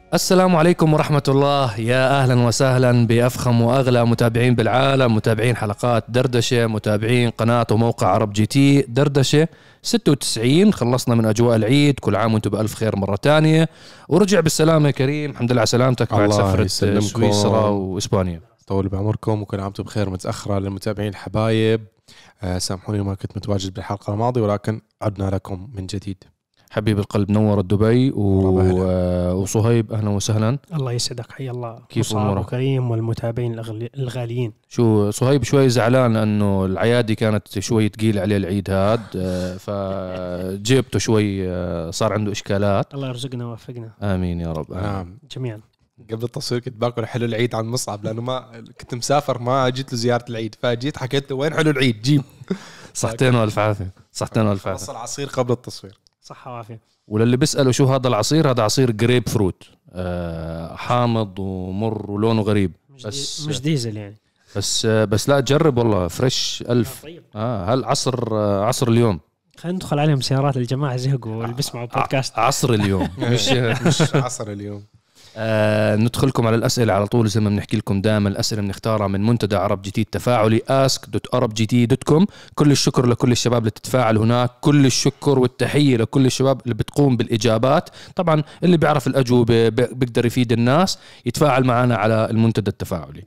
السلام عليكم ورحمة الله، يا أهلا وسهلا بأفخم وأغلى متابعين بالعالم، متابعين حلقات دردشة، متابعين قناة وموقع عرب جي تي دردشة 96. خلصنا من أجواء العيد، كل عام وانتم بألف خير مرة تانية. ورجع بالسلامة يا كريم، الحمد لله على سلامتك بعد سفرة سويسرا وإسبانيا. طول بعمركم وكل عام وانتم بخير. متأخرة للمتابعين الحبايب، سامحوني ما كنت متواجد بالحلقة الماضية، ولكن عدنا لكم من جديد. حبيب القلب، نور دبي وصهيب أهلا وسهلا. الله يسعدك، حي الله. كيف أمورك؟ وكريم والمتابعين الغاليين. شو صهيب شوي زعلان لأنه العيادي كانت شوي تقيل عليه العيد هاد، فجيبته شوي صار عنده إشكالات. الله يرزقنا ووفقنا، آمين يا رب. نعم جميعا. قبل التصوير كنت باكل حلو العيد عن مصعب، لأنه ما كنت مسافر، ما جيت له زيارة العيد، فجيت حكيت له وين حلو العيد جيب. صحتين والف عافية، صحتين والف عافية. خلص العصير قبل التصوير. صحة وعافية. وللي بيسألوا شو هذا العصير، هذا عصير جريب فروت، حامض ومر ولونه غريب، بس مش ديزل يعني. بس لا تجرب والله، فريش ألف. طيب. هل عصر اليوم. خلينا ندخل عليهم سيارات، الجماعة زهقوا واللي بيسمعوا بودكاست. عصر اليوم مش عصر اليوم. ندخلكم على الأسئلة على طول. زي ما بنحكي لكم دائما، الأسئلة بنختارها من منتدى عرب جي تي التفاعلي ask.arabgt.com. كل الشكر لكل الشباب اللي تتفاعل هناك، كل الشكر والتحية لكل الشباب اللي بتقوم بالإجابات. طبعا اللي بيعرف الأجوبة بيقدر يفيد الناس، يتفاعل معنا على المنتدى التفاعلي.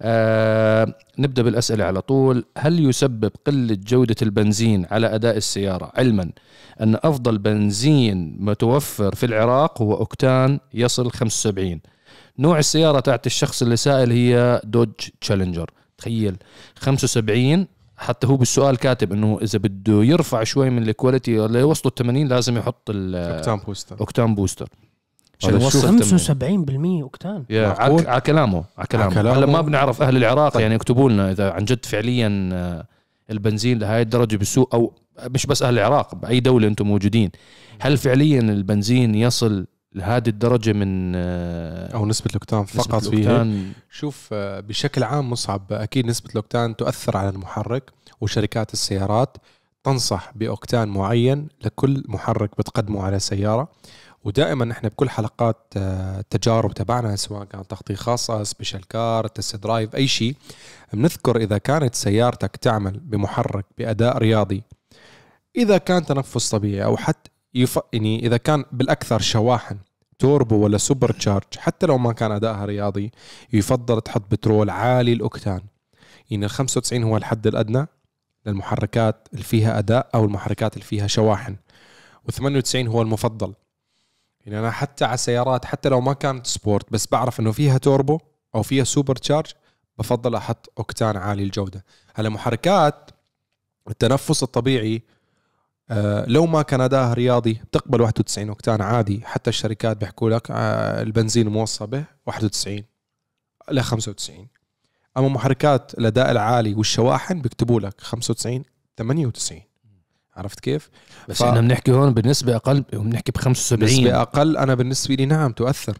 نبدأ بالأسئلة على طول. هل يسبب قلة جودة البنزين على أداء السيارة، علما أن أفضل بنزين متوفر في العراق هو أوكتان يصل 75؟ نوع السيارة تاعت الشخص اللي سائل هي دوج تشالنجر. تخيل 75، حتى هو بالسؤال كاتب أنه إذا بده يرفع شوي من الكواليتي اللي وصلوا 80 لازم يحط أوكتان بوستر عشان يوصل 75% أوكتان. على كلامه. هلا ما بنعرف أهل العراق. طيب. يعني اكتبوا لنا إذا عن جد فعليا البنزين لهاي الدرجة بالسوق، أو مش بس أهل العراق، بأي دولة أنتم موجودين، هل فعليا البنزين يصل لهذه الدرجة من أو نسبة الأوكتان فقط فيه؟ شوف، بشكل عام مصعب، أكيد نسبة الأوكتان تؤثر على المحرك، وشركات السيارات تنصح بأوكتان معين لكل محرك بتقدمه على سيارة. ودائما نحن بكل حلقات تجارب تبعنا، سواء كانت تغطية خاصة، سبيشال كار، تست درايف، أي شيء، بنذكر إذا كانت سيارتك تعمل بمحرك بأداء رياضي، إذا كان تنفس طبيعي، أو حتى يعني إذا كان بالأكثر شواحن توربو ولا سوبر تشارج، حتى لو ما كان أدائها رياضي، يفضل تحط بترول عالي الأوكتان. يعني 95 هو الحد الأدنى للمحركات اللي فيها أداء أو المحركات اللي فيها شواحن، و98 هو المفضل. يعني أنا حتى على سيارات، حتى لو ما كانت سبورت، بس بعرف إنه فيها توربو أو فيها سوبر تشارج، بفضل أحط أوكتان عالي الجودة. هلا محركات التنفس الطبيعي لو ما كان أداءها رياضي بتقبل 91 أوكتان عادي. حتى الشركات بيحكوا لك البنزين موصى به 91 إلى 95. أما محركات الأداء العالي والشواحن بيكتبوا لك 95 98. عرفت كيف؟ بس احنا بنحكي هون بنسبة أقل، بنحكي ب75 نسبة أقل. أنا بالنسبة لي نعم تؤثر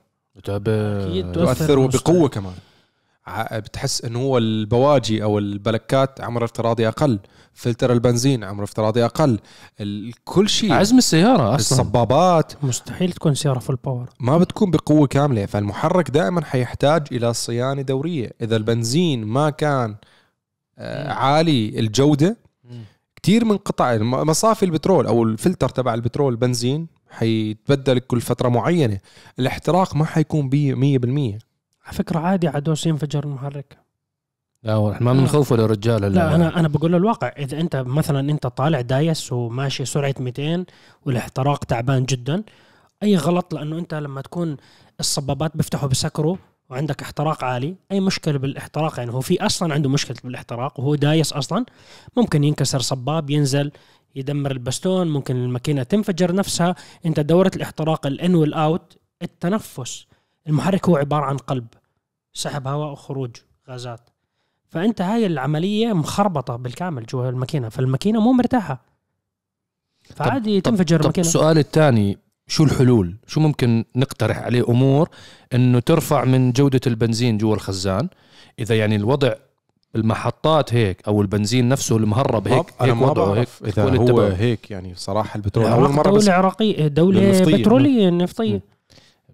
وبقوة كمان. بتحس انه هو البواجي او البلكات عمر افتراضي اقل، فلتر البنزين عمر افتراضي اقل، كل شيء، عزم السيارة اصلا، الصبابات مستحيل تكون سيارة فول باور، ما بتكون بقوة كاملة. فالمحرك دائما حيحتاج الى صيانة دورية. اذا البنزين ما كان عالي الجودة، كتير من قطع مصافي البترول او الفلتر تبع البترول البنزين حيتبدل كل فترة معينة، الاحتراق ما حيكون 100%. على فكرة عادي عدوس ينفجر المحرك. لا ما بنخوفه للرجال. لا أنا بقول الواقع، إذا أنت مثلا أنت طالع دايس وماشي سرعة 200 والاحتراق تعبان جدا، أي غلط، لأنه أنت لما تكون الصبابات بيفتحوا بسكروا وعندك احتراق عالي، أي مشكلة بالاحتراق، يعني هو في أصلا عنده مشكلة بالاحتراق وهو دايس أصلا، ممكن ينكسر صباب، ينزل يدمر البستون، ممكن الماكينة تنفجر نفسها. أنت دورة الاحتراق الإن والأوت، التنفس، المحرك هو عبارة عن قلب، سحب هواء وخروج غازات، فأنت هاي العملية مخربطة بالكامل جوا الماكينة، فالماكينة مو مرتاحة، فعادي تنفجر الماكينة. السؤال الثاني، شو الحلول؟ شو ممكن نقترح عليه أمور إنه ترفع من جودة البنزين جوا الخزان؟ إذا يعني الوضع المحطات هيك أو البنزين نفسه المهرب هيك، أنا ما بعرف إذا هو هيك. يعني صراحة البترول أول مرة، دولة عراقية، دولة بترولية نفطية.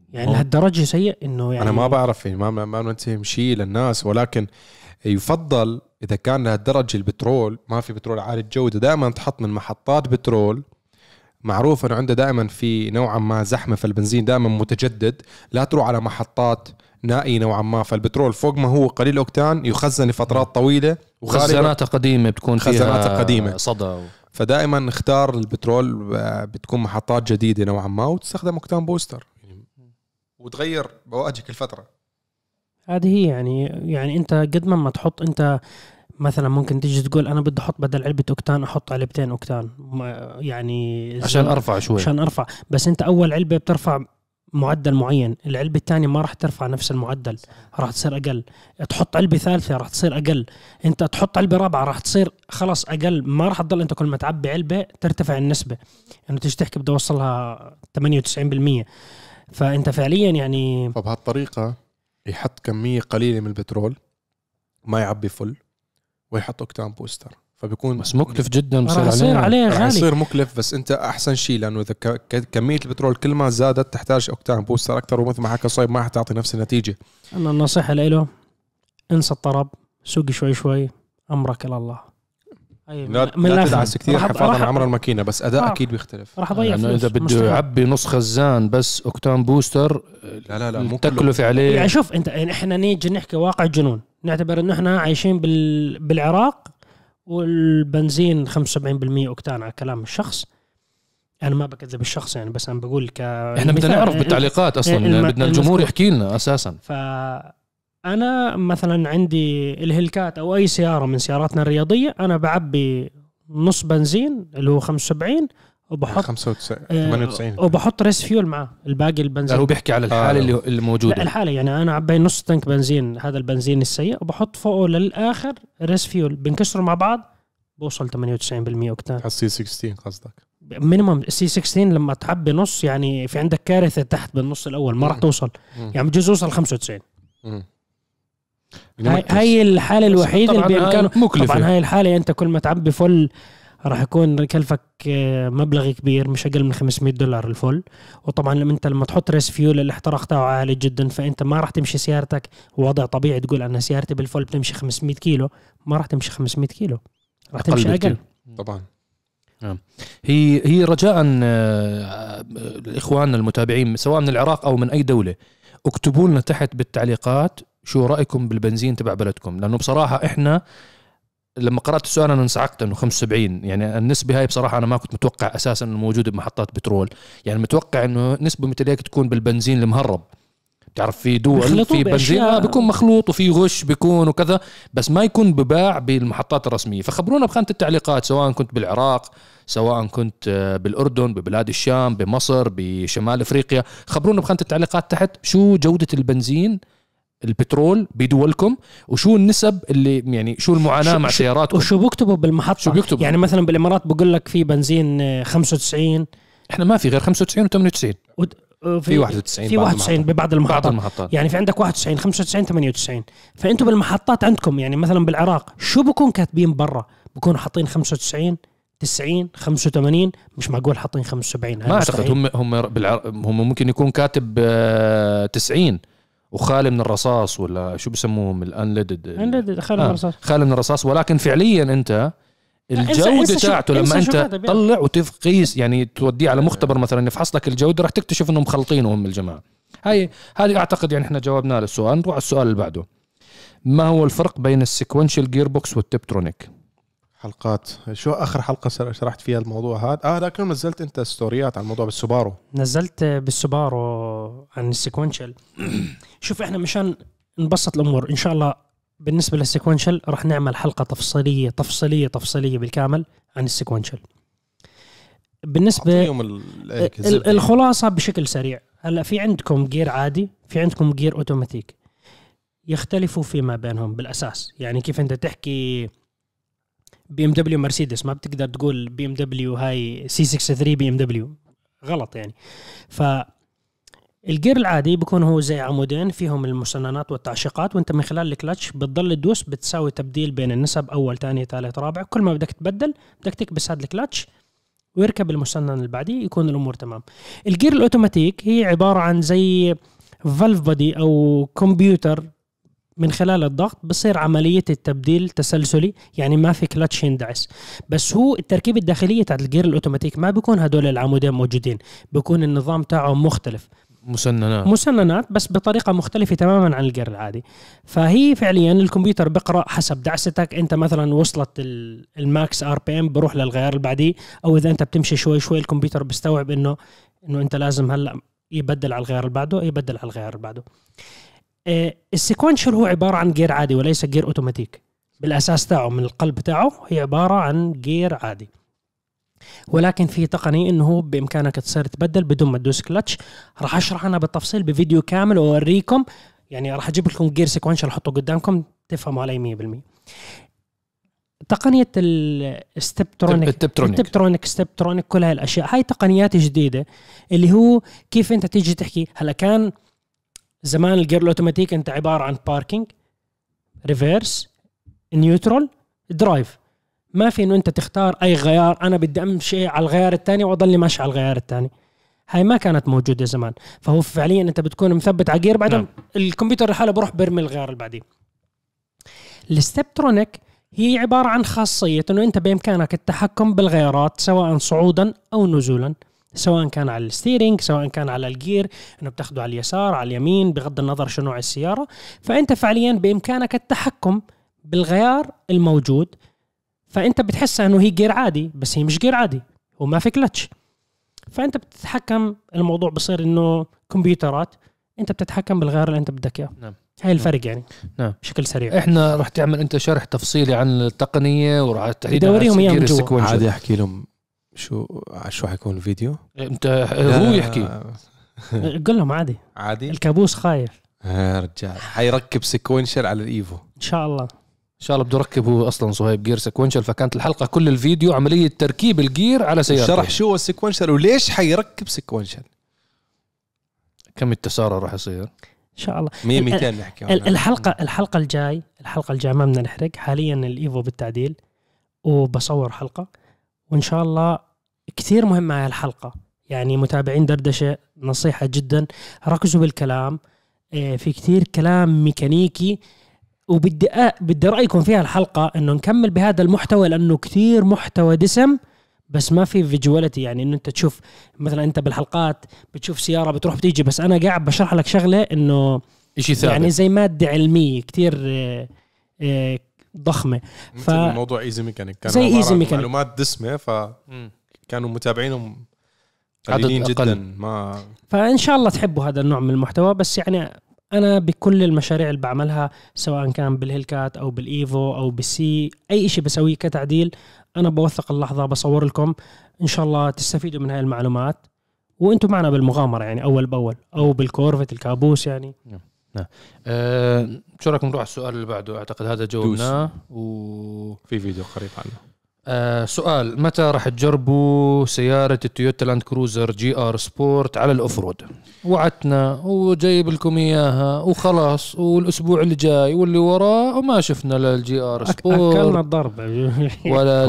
يعني لهالدرجه سيء انه يعني انا ما بعرف يعني ما نتهم شيء للناس، ولكن يفضل اذا كان لهالدرجه البترول ما في بترول عالي الجوده دائما تحط من محطات بترول معروف انه عنده دائما في نوعا ما زحمه، فالبنزين دائما متجدد، لا تروح على محطات نائي نوعا ما، فالبترول فوق ما هو قليل اوكتان يخزن لفترات طويله وخزاناتها قديمه بتكون خزاناتها قديمه صدى فدائما نختار البترول بتكون محطات جديده نوعا ما وتستخدم اوكتان بوستر وتغير بواجه كل فتره. هذه هي يعني انت قد ما تحط انت مثلا ممكن تيجي تقول انا بدي احط بدل علبه اوكتان احط علبتين اوكتان يعني عشان ارفع شوي عشان ارفع، بس انت اول علبه بترفع معدل معين، العلبه الثانيه ما راح ترفع نفس المعدل، راح تصير اقل، تحط علبه ثالثه راح تصير اقل، انت تحط علبه رابعه راح تصير خلاص اقل، ما راح تضل انت كل ما تعبي علبه ترتفع النسبه، يعني تيجي تحكي بدي اوصلها 98%، فانت فعليا يعني فبهالطريقه يحط كميه قليله من البترول ما يعبي فل ويحط اوكتان بوستر، فبيكون بس مكلف جدا، بصير عليه غالي، يصير مكلف، بس انت احسن شيء لانه اذا كميه البترول كل ما زادت تحتاج اوكتان بوستر اكثر، ومثل ما حكى صايب ما حتعطي نفس النتيجه. انا النصيحه له انسى الطرب، سوق شوي شوي، امرك الى الله. لا تدعس كثير حفاظا على عمر الماكينه، بس اداء اكيد بيختلف. راح اضيع يعني اذا بده يعبي نص خزان بس اوكتان بوستر لا مو تكلف عليه. يعني شوف انت، يعني احنا نيجي نحكي واقع جنون، نعتبر انه احنا عايشين بالعراق والبنزين 75% اوكتان على كلام الشخص، انا ما بكذب الشخص يعني، بس انا بقول احنا بدنا نعرف بالتعليقات اصلا، بدنا الجمهور يحكي لنا اساسا. أنا مثلا عندي الهلكات أو أي سيارة من سياراتنا الرياضية، أنا بعبي نص بنزين اللي هو 75 وبحط 98 وبحط ريس فيول معه الباقي البنزين. هو بيحكي على الحالة اللي موجودة. لا الحالة يعني أنا عبي نص تنك بنزين، هذا البنزين السيء، وبحط فوقه للآخر ريس فيول، بنكسروا مع بعض بوصل 98% أوكتان. السي 16 قصدك؟ مينيمم السي 16 لما تعبي نص يعني في عندك كارثة تحت بالنص الأول ما راح توصل، يعني بجوز توصل 95. هاي الحالة الوحيدة اللي بإمكانه. طبعا هاي الحالة أنت كل ما تعبي فل راح يكون كلفك مبلغ كبير، مش أقل من $500 الفل. وطبعا لما تحط ريس فيول الاحتراق تاعه عالي جدا، فأنت ما راح تمشي سيارتك وضع طبيعي تقول أنا سيارتي بالفل بتمشي 500 كيلو، ما راح تمشي 500 كيلو، راح تمشي أقل. طبعا هي رجاء إخواننا المتابعين سواء من العراق أو من أي دولة، اكتبوا لنا تحت بالتعليقات شو رأيكم بالبنزين تبع بلدكم، لأنه بصراحة إحنا لما قرأت السؤال أنا انصعقت إنه 75، يعني النسبة هاي بصراحة أنا ما كنت متوقع أساساً إنه موجودة بمحطات بترول، يعني متوقع إنه نسبة مثل هيك تكون بالبنزين المهرب. تعرف في دول في بنزين بيكون مخلوط وفي غش بيكون وكذا، بس ما يكون بباع بالمحطات الرسمية. فخبرونا بخانة التعليقات سواء كنت بالعراق، سواء كنت بالأردن، ببلاد الشام، بمصر، بشمال أفريقيا، خبرونا بخانة التعليقات تحت شو جودة البنزين البترول بدولكم، وشو النسب اللي يعني شو المعاناة مع سياراتكم، وشو بيكتبوا بالمحطة. شو بيكتبوا؟ يعني مثلا بالإمارات بقول لك في بنزين 95، احنا ما في غير 95 و98 في 91 في 91 ببعض المحطات. يعني في عندك 91 95 98. فانتوا بالمحطات عندكم يعني مثلا بالعراق شو بكون كاتبين برا؟ بكونوا حاطين 95 90 85، مش معقول حاطين 75. ما اعتقد هم ممكن يكون كاتب 90 وخالي من الرصاص، ولا شو بسموهم الانليدد خالي من الرصاص، خالي من الرصاص. ولكن فعليا انت الجودة تاعته لما انت تطلع وتقيس يعني توديه على مختبر مثلا يفحص لك الجودة راح تكتشف انهم مخلطينهم الجماعة. هذه اعتقد يعني احنا جاوبنا للسؤال. نروح على السؤال اللي بعده. ما هو الفرق بين السيكونشال جير بوكس والتبترونيك؟ حلقات شو اخر حلقة شرحت فيها الموضوع هذا؟ لكن نزلت انت ستوريات عن الموضوع بالسوبارو. نزلت بالسوبارو عن السيكونشال. شوف احنا مشان نبسط الامور ان شاء الله بالنسبة للسيكونشال رح نعمل حلقة تفصيلية بالكامل عن السيكونشال. بالنسبة الخلاصة بشكل سريع، هلا في عندكم جير عادي، في عندكم جير اوتوماتيك، يختلفوا فيما بينهم بالأساس. يعني كيف انت تحكي بي ام دبليو مرسيدس، ما بتقدر تقول بي ام دبليو هاي سي 63 بي ام دبليو، غلط يعني. الجير العادي بيكون هو زي عمودين فيهم المسننات والتعشيقات، وانت من خلال الكلتش بتضل تدوس بتساوي تبديل بين النسب اول ثاني ثالث رابع. كل ما بدك تبدل بدك تكبس هذا الكلتش ويركب المسنن اللي بعديه يكون الأمور تمام. الجير الأوتوماتيك هي عبارة عن زي فالف بودي أو كمبيوتر، من خلال الضغط بصير عملية التبديل تسلسلي، يعني ما في كلتش يندعس. بس هو التركيبة الداخلية تاع الجير الأوتوماتيك ما بيكون هدول العمودين موجودين، بيكون النظام تاعه مختلف، مسننات بس بطريقة مختلفة تماما عن الجير العادي. فهي فعليا الكمبيوتر بقرأ حسب دعستك، انت مثلا وصلت الماكس ار بي ام بروح للغيار اللي بعديه، او اذا انت بتمشي شوي شوي الكمبيوتر بيستوعب انه انت لازم هلا يبدل على الغيار اللي بعده، يبدل على الغيار اللي بعده. السيكونشال هو عبارة عن جير عادي وليس جير اوتوماتيك، بالاساس تاعه من القلب تاعه هي عبارة عن جير عادي، ولكن في تقنية انه هو بامكانك تصير تبدل بدون ما تدوس كلتش. راح اشرح انا بالتفصيل بفيديو كامل واوريكم، يعني راح اجيب لكم جير سيكونشال احطه قدامكم تفهموا علي 100%. تقنية التبترونيك كل هاي الاشياء هاي تقنيات جديدة، اللي هو كيف انت تيجي تحكي. هلا كان زمان الجير الاوتوماتيك انت عبارة عن باركينج، ريفيرس، نيوترال، درايف. ما في انه انت تختار اي غيار، انا بدي امشي على الغيار الثاني واضلني ماشي على الغيار الثاني. هاي ما كانت موجودة زمان. فهو فعليا انت بتكون مثبت على جير، بعدين الكمبيوتر لحاله بروح برمي الغيار اللي بعديه. الستبترونيك هي عبارة عن خاصية انه انت بامكانك التحكم بالغيارات سواء صعودا او نزولا، سواء كان على الستيرينج، سواء كان على الجير انه بتاخده على اليسار على اليمين بغض النظر شو نوع السيارة. فانت فعليا بامكانك التحكم بالغيار الموجود. فانت بتحسها انه هي جير عادي، بس هي مش جير عادي وما في كلتش. فانت بتتحكم، الموضوع بصير انه كمبيوترات انت بتتحكم بالغيار اللي انت بدك اياه. نعم. هاي الفرق يعني. نعم. بشكل سريع احنا راح تعمل انت شرح تفصيلي عن التقنيه وراح تحديدا دوريهم اياهم جوا. عادي احكي لهم شو حيكون الفيديو. انت هو يحكي قل لهم عادي الكابوس خايف يا رجال. حيركب سيكونشل على الايفو ان شاء الله. ان شاء الله بده يركب هو اصلا صهيب جير سيكونشل. فكانت الحلقه كل الفيديو عمليه تركيب الجير على سيارته، شرح شو هو السيكونشل وليش حيركب سيكونشل، كم التسارع راح يصير ان شاء الله. 200 نحكي الحلقه الجاي ما بدنا نحرق. حاليا الايفو بالتعديل وبصور حلقه، وان شاء الله كثير مهمه هاي الحلقه. يعني متابعين دردشه نصيحه جدا، ركزوا بالكلام. في كثير كلام ميكانيكي، وبدي رأيكم فيها الحلقة انه نكمل بهذا المحتوى، لانه كثير محتوى دسم بس ما في فيجواليتي. يعني انه انت تشوف مثلا انت بالحلقات بتشوف سيارة بتروح بتيجي، بس انا قاعد بشرح لك شغلة انه اشي ثابت، يعني زي مادة علمية كثير ضخمة. الموضوع ايزي ميكانيك، كان زي ايزي ميكانيك، معلومات دسمة، فكانوا متابعينهم قليلين جدا. ما فان شاء الله تحبوا هذا النوع من المحتوى. بس يعني أنا بكل المشاريع اللي بعملها سواء كان بالهيلكات أو بالإيفو أو بالسي، أي إشي بسويه كتعديل أنا بوثق اللحظة بصور لكم. إن شاء الله تستفيدوا من هاي المعلومات وأنتم معنا بالمغامرة، يعني أول بأول، أو بالكورفت الكابوس يعني. نعم. شو رأيكم نروح على السؤال اللي بعده؟ أعتقد هذا جاوبناه وفي فيديو قريب عنه. سؤال: متى راح تجربوا سيارة التويوتا لاند كروزر جي ار سبورت على الأوفرود؟ وعدنا وجايب لكم إياها وخلاص، والأسبوع اللي جاي واللي وراه وما شفنا للجي ار سبورت، أكلنا الضرب ولا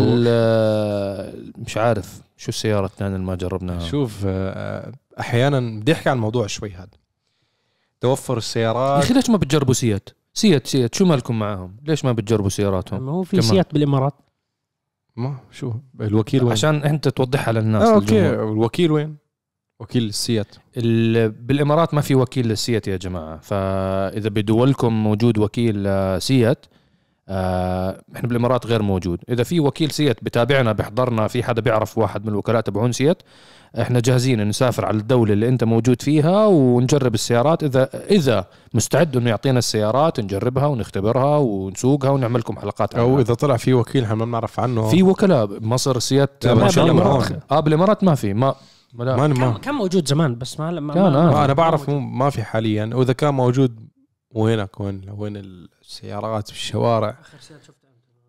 مش عارف شو السيارة الثانية اللي ما جربناها. شوف أحيانا بدي أحكي عن موضوع شوي هذا، توفر السيارات. أخي ليش ما بتجربوا سيات شو مالكم معاهم؟ ليش ما بتجربوا سياراتهم؟ هو في سيات بالإمارات. ما شو الوكيل وين؟ عشان انت توضحها للناس. اوكي الوكيل وين؟ وكيل السيات بالامارات ما في وكيل للسيات يا جماعه. فاذا بدولكم موجود وكيل سيات، احنا بالامارات غير موجود. اذا في وكيل سيات بتابعنا بيحضرنا، في حدا بيعرف واحد من الوكلاء تبعون سيات، احنا جاهزين نسافر على الدولة اللي انت موجود فيها ونجرب السيارات. اذا مستعد انه يعطينا السيارات نجربها ونختبرها ونسوقها ونعمل لكم حلقات عنها. او اذا طلع في وكيل احنا ما بنعرف عنه. في وكلاء بمصر سيات بالامارات ما في. ما كان موجود زمان بس ما انا بعرف ما في حاليا. واذا كان موجود وين السيارات بالشوارع؟ اخر سيارة شفتها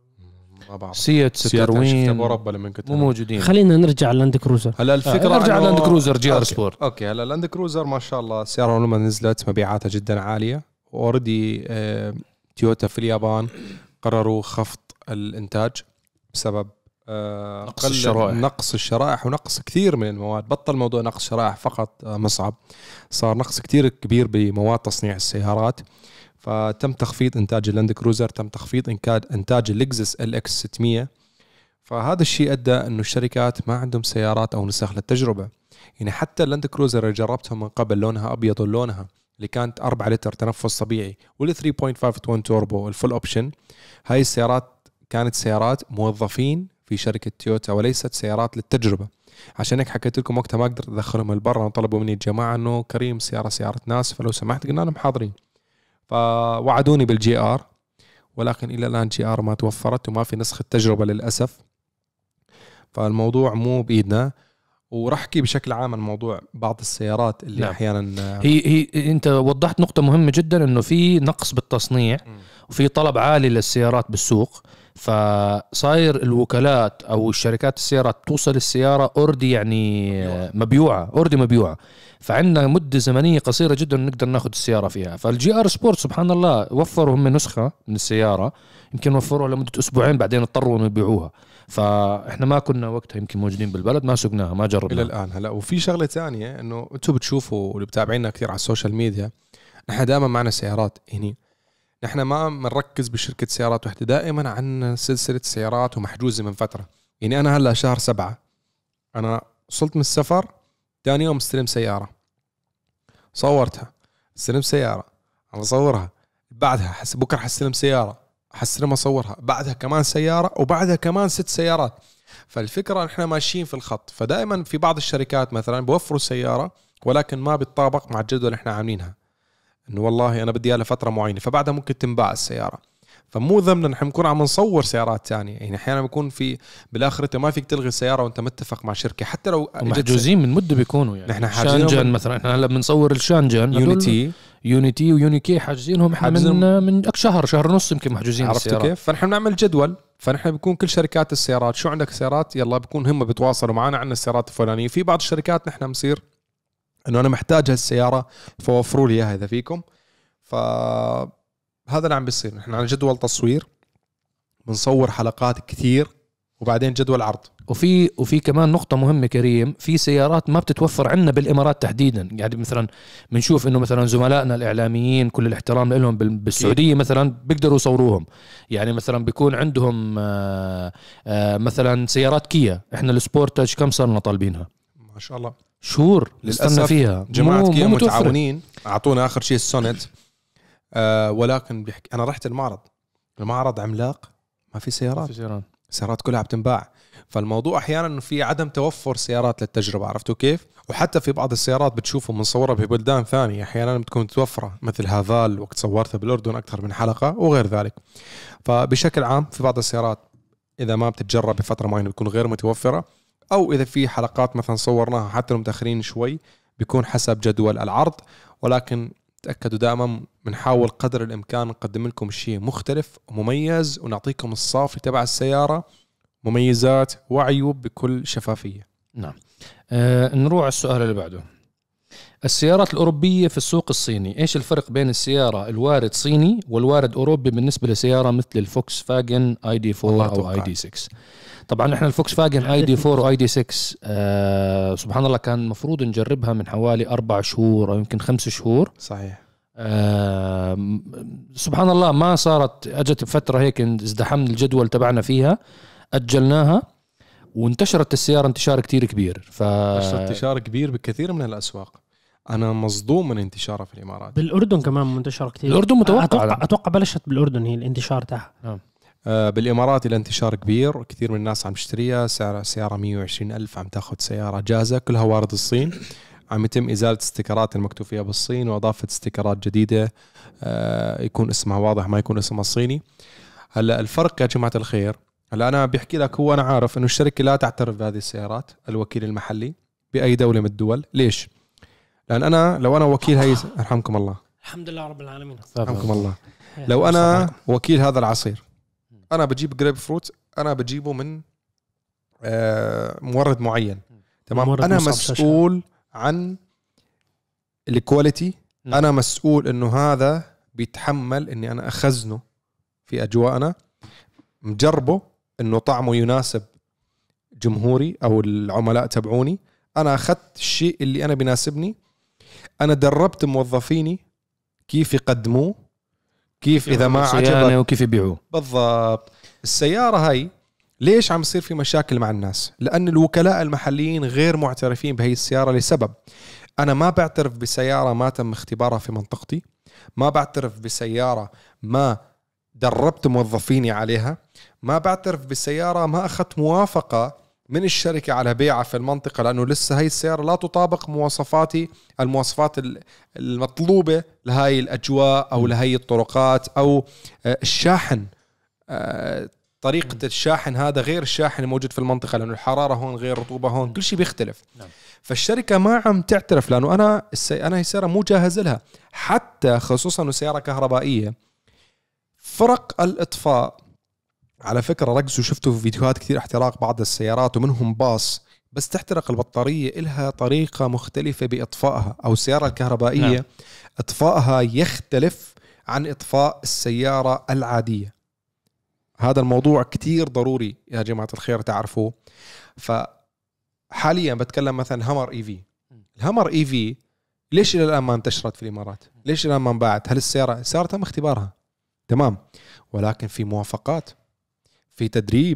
سيات ستروين باوروبا لما كنت مو موجودين. خلينا نرجع لاند كروزر. هلا الفكره نرجع لاند كروزر جي ار سبورت. اوكي هلا لاند كروزر ما شاء الله السياره لما نزلت مبيعاتها جدا عاليه، واوردي تويوتا في اليابان قرروا خفض الانتاج بسبب نقص الشرائح ونقص كثير من المواد. بطل موضوع نقص شرائح فقط مصعب، صار نقص كثير كبير بمواد تصنيع السيارات. فتم تخفيض إنتاج اللاند كروزر، تم تخفيض إنتاج اللكزس LX 600. فهذا الشيء أدى إنه الشركات ما عندهم سيارات أو نسخ للتجربة. يعني حتى اللاند كروزر اللي جربتهم من قبل لونها أبيض ولونها اللي كانت 4 لتر تنفس طبيعي وال 3.5 توين توربو الفول أوبشن، هاي السيارات كانت سيارات موظفين في شركة تويوتا وليست سيارات للتجربة. عشان هيك حكيت لكم وقتها ما قدرت أدخلهم البرة، طلبوا مني الجماعة إنه كريم سيارة ناس فلو سمحت، قلنا لهم حاضرين. فوعدوني بالجي آر، ولكن إلى الآن جي آر ما توفرت وما في نسخة تجربة للأسف. فالموضوع مو بإيدنا. ورح أحكي بشكل عام عن موضوع بعض السيارات اللي نعم. أحيانا هي أنت وضحت نقطة مهمة جدا، إنه في نقص بالتصنيع وفي طلب عالي للسيارات بالسوق، فصاير الوكالات أو الشركات السيارات توصل السيارة أوردي يعني مبيوعة، فعندنا مدة زمنية قصيرة جدا نقدر ناخد السيارة فيها. فالجي آر سبورت سبحان الله وفروا هم نسخة من السيارة، يمكن وفروها لمدة أسبوعين بعدين اضطروا أن يبيعوها. فإحنا ما كنا وقتها يمكن موجودين بالبلد، ما سقناها ما جربنا إلى الآن. هلا وفي شغلة تانية إنه أنتوا بتشوفوا واللي بتابعينا كثير على السوشيال ميديا، نحن دائما معنا سيارات. يعني نحن ما بنركز بشركة سيارات واحدة، دائما عنا سلسلة سيارات ومحجوزة من فترة. يعني أنا هلا شهر 7 أنا وصلت من السفر، تاني يوم استلم سيارة صورتها، استلم سيارة أنا صورها، بعدها بكرة حستلم سيارة حستلم أصورها، بعدها كمان سيارة، وبعدها كمان 6 سيارات. فالفكرة نحن ماشيين في الخط. فدائما في بعض الشركات مثلا بوفروا سيارة ولكن ما بتطابق مع الجدول اللي احنا عاملينها، انه والله انا بدي لها فتره معينه فبعدها ممكن تنباع السياره. فمو ذنبنا نحن نكون عم نصور سيارات تانية. يعني احيانا بيكون في بالاخر ما فيك تلغي سياره وانت متفق مع شركه حتى لو محجوزين من مده بيكونوا. يعني نحن شانجن مثلا، احنا هلا بنصور الشانجن يونيتي ويونيكي حاجزينهم احنا من شهر ونص يمكن محجوزين السيارات. كيف؟ فنحن بنعمل جدول. فنحن بيكون كل شركات السيارات شو عندك سيارات، يلا بيكون هم بيتواصلوا معنا عن السيارات الفلانيه. في بعض الشركات نحن مصير انه انا محتاج هالسياره فوفروا لي اياها اذا فيكم. فهذا اللي عم بيصير. نحن على جدول تصوير بنصور حلقات كثير وبعدين جدول عرض. وفي كمان نقطة مهمة كريم، في سيارات ما بتتوفر عندنا بالإمارات تحديدا. يعني مثلا بنشوف إنه مثلا زملائنا الإعلاميين كل الاحترام لهم بالسعودية مثلا بيقدروا يصوروهم. يعني مثلا بيكون عندهم مثلا سيارات كيا، إحنا السبورتاج كم صارنا طالبينها ما شاء الله شهور نستنى فيها. جماعة كيا متعاونين، أعطونا آخر شيء السونيت. ولكن بيحكي أنا رحت المعرض عملاق ما في سيارات كلها بتنباع. فالموضوع أحيانا إنه في عدم توفر سيارات للتجربة، عرفتوا كيف؟ وحتى في بعض السيارات بتشوفوا منصورة ببلدان ثانية أحيانا بتكون متوفرة، مثل هافال وقت صورتها بالأردن أكثر من حلقة وغير ذلك. فبشكل عام في بعض السيارات إذا ما بتتجرب بفترة معينة بتكون غير متوفرة، أو إذا في حلقات مثلا صورناها حتى لو متأخرين شوي بيكون حسب جدول العرض. ولكن تأكدوا دائما بنحاول قدر الإمكان نقدم لكم شيء مختلف ومميز ونعطيكم الصافي تبع السيارة، مميزات وعيوب بكل شفافية. نعم. نروح على السؤال اللي بعده. السيارات الأوروبية في السوق الصيني، إيش الفرق بين السيارة الوارد صيني والوارد أوروبي بالنسبة لسيارة مثل الفوكس فاجن ID4 أو ID6؟ طبعا احنا الفوكس فاجن ID4 و ID6 سبحان الله كان مفروض نجربها من حوالي 4 شهور أو يمكن 5 شهور. صحيح. سبحان الله ما صارت، أجت فترة هيك ازدحمنا الجدول تبعنا فيها، أجلناها وانتشرت السيارة انتشار كتير كبير. انتشار كبير بكثير من الأسواق. أنا مصدوم من انتشارها في الإمارات. بالأردن كمان منتشر كتير. الأردن متوقع أتوقع بلشت بالأردن هي الانتشار تاعها. بالإمارات الانتشار كبير، كثير من الناس عم تشتريها. سيارة 120,000 عم تاخد سيارة جاهزة كلها وارد الصين. عم يتم إزالة استيكرات المكتوب فيها بالصين وإضافة استيكرات جديدة يكون اسمها واضح ما يكون اسمها الصيني. هلا الفرق يا جماعة الخير، هلا أنا بحكي لك، هو أنا عارف إنه الشركة لا تعترف بهذه السيارات، الوكيل المحلي بأي دولة من الدول. ليش؟ لأن أنا لو أنا وكيل هاي رحمكم الله، الحمد لله رب العالمين، رحمكم الله، لو أنا وكيل هذا العصير أنا بجيب جريب فروت، أنا بجيبه من مورد معين، تمام؟ أنا مسؤول عن الكواليتي، أنا مسؤول إنه هذا بيتحمل إني أنا أخزنه في أجواءنا، مجربه إنه طعمه يناسب جمهوري أو العملاء تبعوني، أنا أخذت الشيء اللي أنا بيناسبني، أنا دربت موظفيني كيف يقدموه، كيف إذا ما عجبك وكيف يبيعوه بالضبط. السيارة هاي ليش عم يصير في مشاكل مع الناس؟ لأن الوكلاء المحليين غير معترفين بهي السيارة لسبب، أنا ما بعترف بسيارة ما تم اختبارها في منطقتي، ما بعترف بسيارة ما دربت موظفيني عليها، ما بعترف بسيارة ما أخذت موافقة من الشركة على بيعها في المنطقة، لأنه لسه هاي السيارة لا تطابق المواصفات المطلوبة لهاي الأجواء أو لهاي الطرقات أو الشاحن. طريقة الشاحن هذا غير الشاحن الموجود في المنطقة، لأنه الحرارة هون غير، رطوبة هون، كل شيء بيختلف. فالشركة ما عم تعترف، لأنه أنا هي سيارة مو جاهز لها، حتى خصوصا أنه سيارة كهربائية. فرق الإطفاء على فكرة ركزوا، شفتوا في فيديوهات كثير احتراق بعض السيارات ومنهم باص بس تحترق البطارية، إلها طريقة مختلفة بإطفائها، أو السيارة الكهربائية إطفائها يختلف عن إطفاء السيارة العادية. هذا الموضوع كتير ضروري يا جماعة الخير تعرفوه. فحاليا بتكلم مثلا همر اي في، الهمر اي في ليش الى الان ما انتشرت في الامارات؟ ليش الان ما انباعت؟ هل السيارة تم اختبارها تمام، ولكن في موافقات، في تدريب،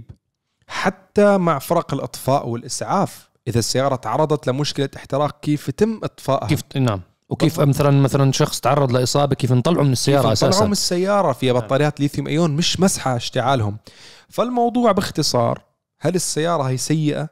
حتى مع فرق الاطفاء والاسعاف اذا السيارة تعرضت لمشكلة احتراق كيف يتم اطفائها، كيف نعم، وكيف مثلا شخص تعرض لإصابة كيف نطلعه من السيارة أساسا، نطلعه من السيارة فيها بطاريات ليثيوم أيون مش مسحة اشتعالهم. فالموضوع باختصار، هل السيارة هي سيئة؟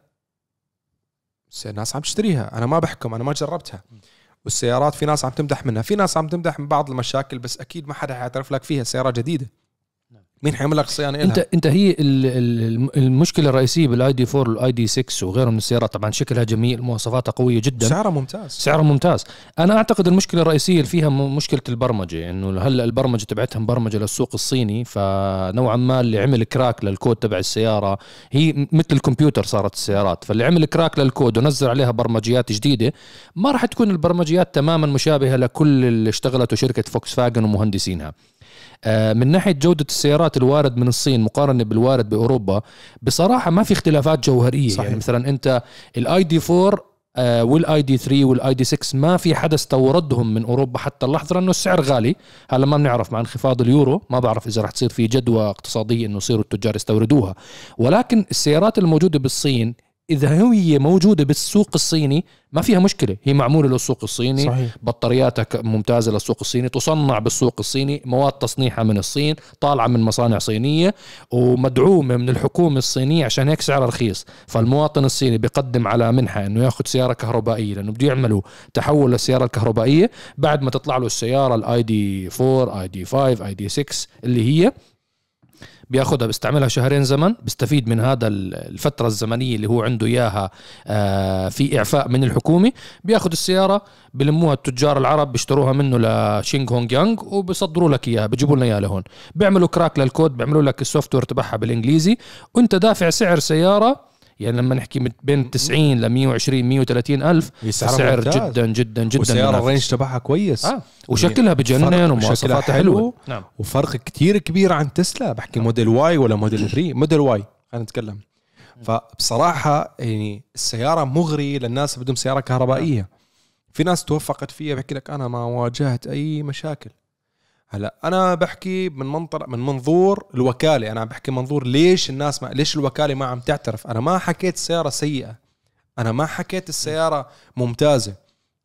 الناس عم تشتريها، أنا ما بحكم، أنا ما جربتها. والسيارات في ناس عم تمدح منها، في ناس عم تمدح من بعض المشاكل، بس أكيد ما حدا حيعترف لك فيها، سيارة جديدة مين حيعمل لك صيانة إلها؟ انت هي المشكله الرئيسيه بالاي دي 4 والاي دي 6 وغيرهم من السيارات، طبعا شكلها جميل، مواصفاتها قويه جدا، سعرها ممتاز. انا اعتقد المشكله الرئيسيه اللي فيها مشكله البرمجه، انه هلا البرمجه تبعتها مبرمجه للسوق الصيني، فنوعا ما اللي عمل كراك للكود تبع السياره، هي مثل الكمبيوتر صارت السيارات، فاللي عمل كراك للكود ونزل عليها برمجيات جديده ما راح تكون البرمجيات تماما مشابهه لكل اللي اشتغلته شركه فوكس فاجن ومهندسينها. من ناحية جودة السيارات الوارد من الصين مقارنة بالوارد بأوروبا، بصراحة ما في اختلافات جوهرية. صحيح. يعني مثلا أنت الاي دي 4 والاي دي 3 والاي دي 6 ما في حدا استوردهم من أوروبا حتى اللحظة، لأنه السعر غالي. هلا ما بنعرف مع انخفاض اليورو، ما بعرف إذا رح تصير في جدوى اقتصادية إنه يصيروا التجار يستوردوها، ولكن السيارات الموجودة بالصين إذا هي موجودة بالسوق الصيني ما فيها مشكلة، هي معمولة للسوق الصيني. صحيح. بطارياتها ممتازة للسوق الصيني، تصنع بالسوق الصيني، مواد تصنيعها من الصين، طالعة من مصانع صينية ومدعومة من الحكومة الصينية، عشان هيك سعرها رخيص. فالمواطن الصيني بيقدم على منحة إنه ياخد سيارة كهربائية، لأنه بده يعملوا تحول للسيارة الكهربائية بعد ما تطلع له السيارة الاي دي 4 اي دي 5 اي دي 6 اللي هي بياخدها بيستعملها شهرين زمن، بيستفيد من هذا الفترة الزمنية اللي هو عنده إياها في إعفاء من الحكومة، بياخد السيارة بلموها التجار العرب بيشتروها منه لشينغ هونغ يانغ وبيصدروا لك إياها، بيجيبوا لنا إياها لهون، بيعملوا كراك للكود، بيعملوا لك السوفت وير تبعها بالإنجليزي، وانت دافع سعر سيارة يعني لما نحكي بين 90 ل 120 130 ألف، سعر جدا جدا جدا، وسيارة الرينج تبعها كويس، وشكلها بجنن ومواصفاتها حلوة. نعم. وفرق كتير كبير عن تسلا، بحكي موديل واي ولا موديل 3، موديل واي خلينا نتكلم. فبصراحة يعني السيارة مغرية للناس بدهم سيارة كهربائية. في ناس توفقت فيها، بحكي لك أنا ما واجهت أي مشاكل. هلا أنا بحكي من منظور الوكالة، أنا بحكي منظور ليش الناس ليش الوكالة ما عم تعترف. أنا ما حكيت السيارة سيئة، أنا ما حكيت السيارة ممتازة،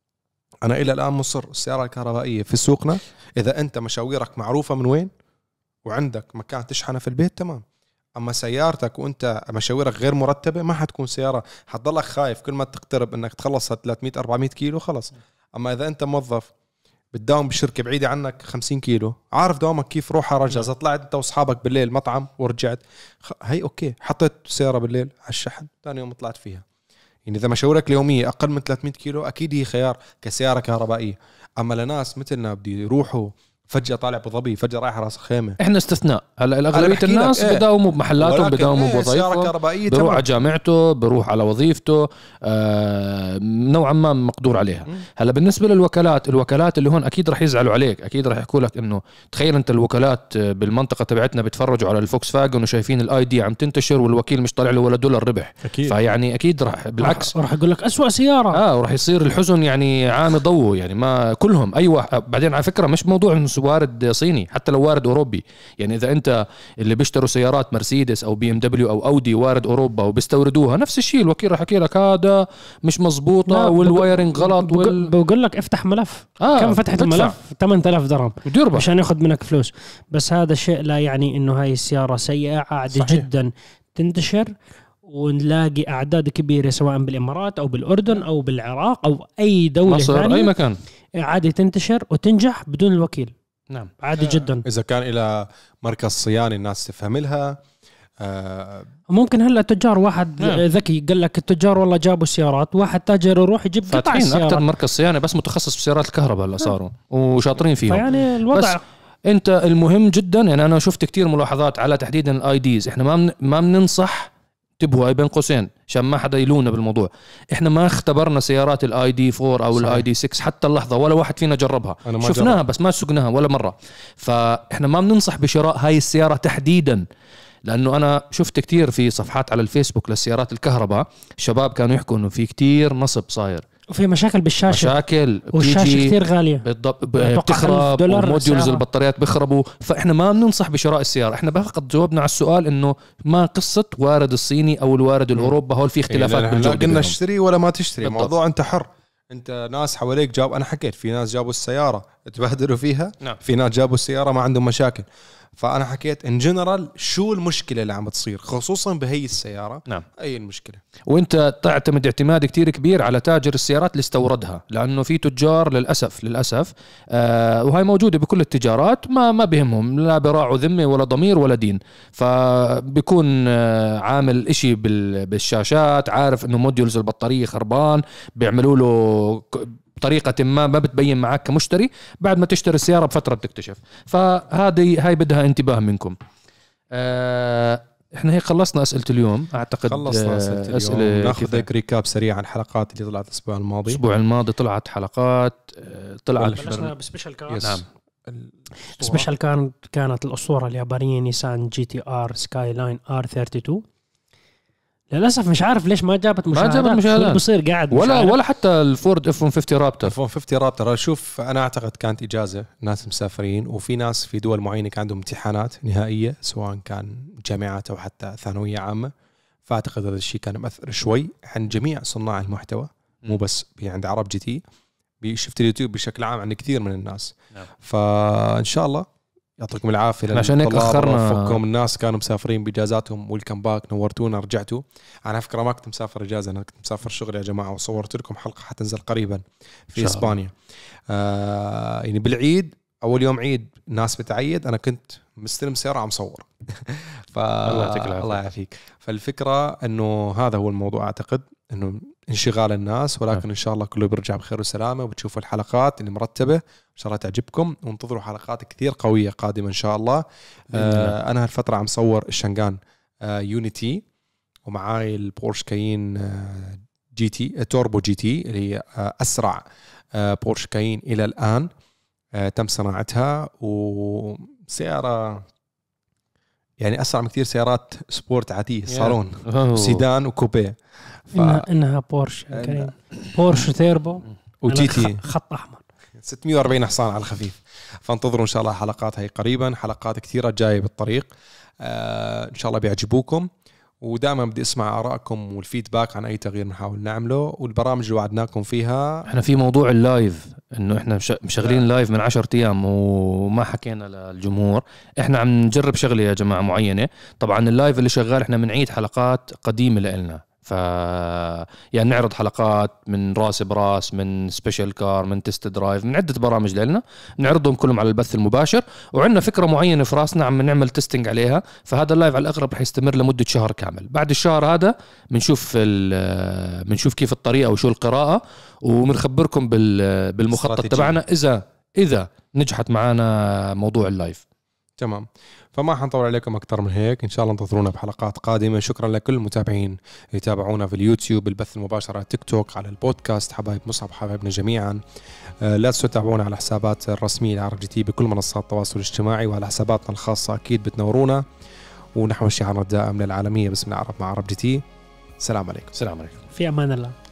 أنا إلى الآن مصر السيارة الكهربائية في سوقنا، إذا أنت مشاويرك معروفة من وين وعندك مكان تشحنها في البيت تمام. أما سيارتك وأنت مشاويرك غير مرتبة ما حتكون سيارة، حتضلك خايف كل ما تقترب أنك تخلص 300-400 كيلو خلص. أما إذا أنت موظف بتداوم بشركة بعيدة عنك 50 كيلو، عارف دوامك كيف روحها رجع، إذا طلعت أنت وأصحابك بالليل مطعم ورجعت هي أوكي، حطيت سيارة بالليل على الشحن ثاني يوم طلعت فيها. يعني إذا مشاورك اليومية أقل من 300 كيلو أكيد هي خيار كسيارة كهربائية. أما لناس مثلنا بدي يروحوا فجأة طالع بظبي، فجأة رايح راس الخيمة، احنا استثناء. هلا الاغلبيه الناس بداوموا بمحلاتهم، بداوموا بوظيفته، بروح على جامعته، بروح على وظيفته، نوعا ما مقدور عليها. هلا بالنسبه للوكالات، الوكالات اللي هون اكيد رح يزعلوا عليك، اكيد رح يحكوا لك انه تخيل انت الوكالات بالمنطقه تبعتنا بيتفرجوا على الفوكس فاجن وشايفين الاي دي عم تنتشر والوكيل مش طالع له ولا دولار ربح أكيد. فيعني اكيد رح بالعكس رح يقول لك اسوأ سياره ورح يصير الحزن يعني عام ضوء، يعني ما كلهم اي واحد. بعدين على فكره مش موضوع انه وارد صيني، حتى لو وارد اوروبي، يعني اذا انت اللي بيشتروا سيارات مرسيدس او بي ام دبليو او اودي وارد اوروبا وبيستوردوها نفس الشيء، الوكيل رح يحكي لك هذا مش مزبوطه والوايرنج غلط بقول لك افتح ملف كم فتحت الملف 8000 درهم عشان ياخذ منك فلوس. بس هذا الشيء لا يعني انه هاي السياره سيئه، عادي جدا تنتشر ونلاقي اعداد كبيره سواء بالامارات او بالاردن او بالعراق او اي دوله مصر ثانيه اي مكان عادي تنتشر وتنجح بدون الوكيل. نعم عادي جدا اذا كان الى مركز صيانه الناس تفهم لها. ممكن هلا تجار واحد ذكي قال لك التجار والله جابوا سيارات، واحد تاجر يروح يجيب قطع السيارات. اكثر مركز صيانه بس متخصص في سيارات الكهرباء هلا صاروا وشاطرين فيهم. يعني الوضع بس انت المهم جدا، يعني انا شفت كتير ملاحظات على تحديدا الاي ديز. احنا ما بننصح، انتبهوا بين قوسين عشان ما حدا يلونا بالموضوع، احنا ما اختبرنا سيارات الاي دي 4 او الاي دي 6 حتى اللحظه، ولا واحد فينا جربها، شفناها بس ما سوقناها ولا مره. فاحنا ما بننصح بشراء هاي السياره تحديدا، لانه انا شفت كتير في صفحات على الفيسبوك للسيارات الكهرباء شباب كانوا يحكوا انه في كتير نصب صاير وفي مشاكل بالشاشه، مشاكل والشاشه كتير غاليه بالضبط، بتخرب وموديولز البطاريات بيخربوا. فاحنا ما بننصح بشراء السياره، احنا فقط جاوبنا على السؤال انه ما قصه وارد الصيني او الوارد الاوروبا، هول في اختلافات بالجوده. لا قلنا اشتري ولا ما تشتري، بالضبط. موضوع انت حر، انت ناس حواليك جاب، انا حكيت في ناس جابوا السياره تبهدلوا فيها. نعم. في ناس جابوا السياره ما عندهم مشاكل. فانا حكيت ان جنرال شو المشكله اللي عم تصير خصوصا بهي السياره. نعم. اي المشكله؟ وانت تعتمد اعتماد كتير كبير على تاجر السيارات اللي استوردها، لانه في تجار للاسف وهي موجوده بكل التجارات ما بهمهم لا براعوا ذمه ولا ضمير ولا دين، فبيكون عامل اشي بالشاشات، عارف انه موديولز البطاريه خربان، بيعملوا له بطريقة ما بتبين معك كمشتري، بعد ما تشتري السيارة بفترة بتكتشف. هاي بدها انتباه منكم. احنا هيك خلصنا أسئلة اليوم، اعتقد خلصنا أسئلة. ناخذ هيك ريكاب سريع عن الحلقات اللي طلعت الأسبوع الماضي. طلعت حلقات، طلعت بسبيشال كار. نعم. سبيشال كانت الأسطورة اليابانية نيسان جي تي ار سكاي لاين R32. للأسف مش عارف ليش ما جابت مشاهدات. بصير قاعد ولا حتى الفورد F-150 رابتر. شوف أنا أعتقد كانت إجازة، ناس مسافرين، وفي ناس في دول معينة كان عندهم امتحانات نهائية سواء كان جامعات أو حتى ثانوية عامة، فأعتقد هذا الشيء كان مؤثر شوي عند جميع صناع المحتوى، مو بس عند عرب جي تي، شفت اليوتيوب بشكل عام عند كثير من الناس. فإن شاء الله يعطيكم العافية. عشان هيك أخرنا فكم الناس كانوا مسافرين بإجازاتهم، ويلكم باك، نورتونا، رجعتوا. أنا فكرة ما كنت مسافر إجازة، أنا كنت مسافر شغل يا جماعة، وصورت لكم حلقة حتنزل قريبا في إسبانيا. يعني بالعيد، أول يوم عيد الناس بتعيد، أنا كنت مستلم سيارة عم صور. الله يعافيك. فالفكرة أنه هذا هو الموضوع، أعتقد أنه انشغال الناس، ولكن إن شاء الله كله بيرجع بخير وسلامة، وبتشوفوا الحلقات اللي مرتبة إن شاء الله تعجبكم، وانتظروا حلقات كثير قوية قادمة إن شاء الله. أنا هالفترة عم صور الشنغان يونيتي، ومعاي البورش كاين جي تي توربو جي تي اللي هي أسرع بورش كاين إلى الآن تم صناعتها، وسيارة يعني أسرع من كثير سيارات سبورت عادية، صالون سيدان وكوبيه. إنها بورش كريم، بورش تيربو وجي تي خط أحمر 640 حصان على الخفيف. فانتظروا إن شاء الله حلقات هاي قريبا، حلقات كثيرة جاية بالطريق. إن شاء الله بيعجبوكم، ودائما بدي اسمع آرائكم والفيدباك عن أي تغيير نحاول نعمله، والبرامج اللي وعدناكم فيها. احنا في موضوع اللايف، انه احنا مشغلين لايف من 10 أيام وما حكينا للجمهور. احنا عم نجرب شغله يا جماعة معينة. طبعا اللايف اللي شغال احنا بنعيد حلقات قديمة لنا، يعني نعرض حلقات من راس براس، من سبيشال كار، من تيست درايف، من عدة برامج لنا نعرضهم كلهم على البث المباشر، وعندنا فكرة معينة في راسنا عم نعمل تيستينج عليها. فهذا اللايف على الأغلب رح يستمر لمدة شهر كامل. بعد الشهر هذا بنشوف كيف الطريقة وشو القراءة، وبنخبركم بالمخطط تبعنا إذا نجحت معنا موضوع اللايف. تمام. فما حنطول عليكم أكتر من هيك، إن شاء الله انتظرونا بحلقات قادمة. شكرا لكل المتابعين يتابعونا في اليوتيوب، البث المباشر على تيك توك، على البودكاست حبايب مصعب، حبايبنا جميعا. لا تنسوا تتابعونا على حسابات الرسمية لعرب جي تي بكل منصات التواصل الاجتماعي، وعلى حساباتنا الخاصة أكيد بتنورونا. ونحو شعارنا الدائم للعالمية باسم العرب مع عرب جي تي. السلام عليكم. السلام عليكم. في أمان الله.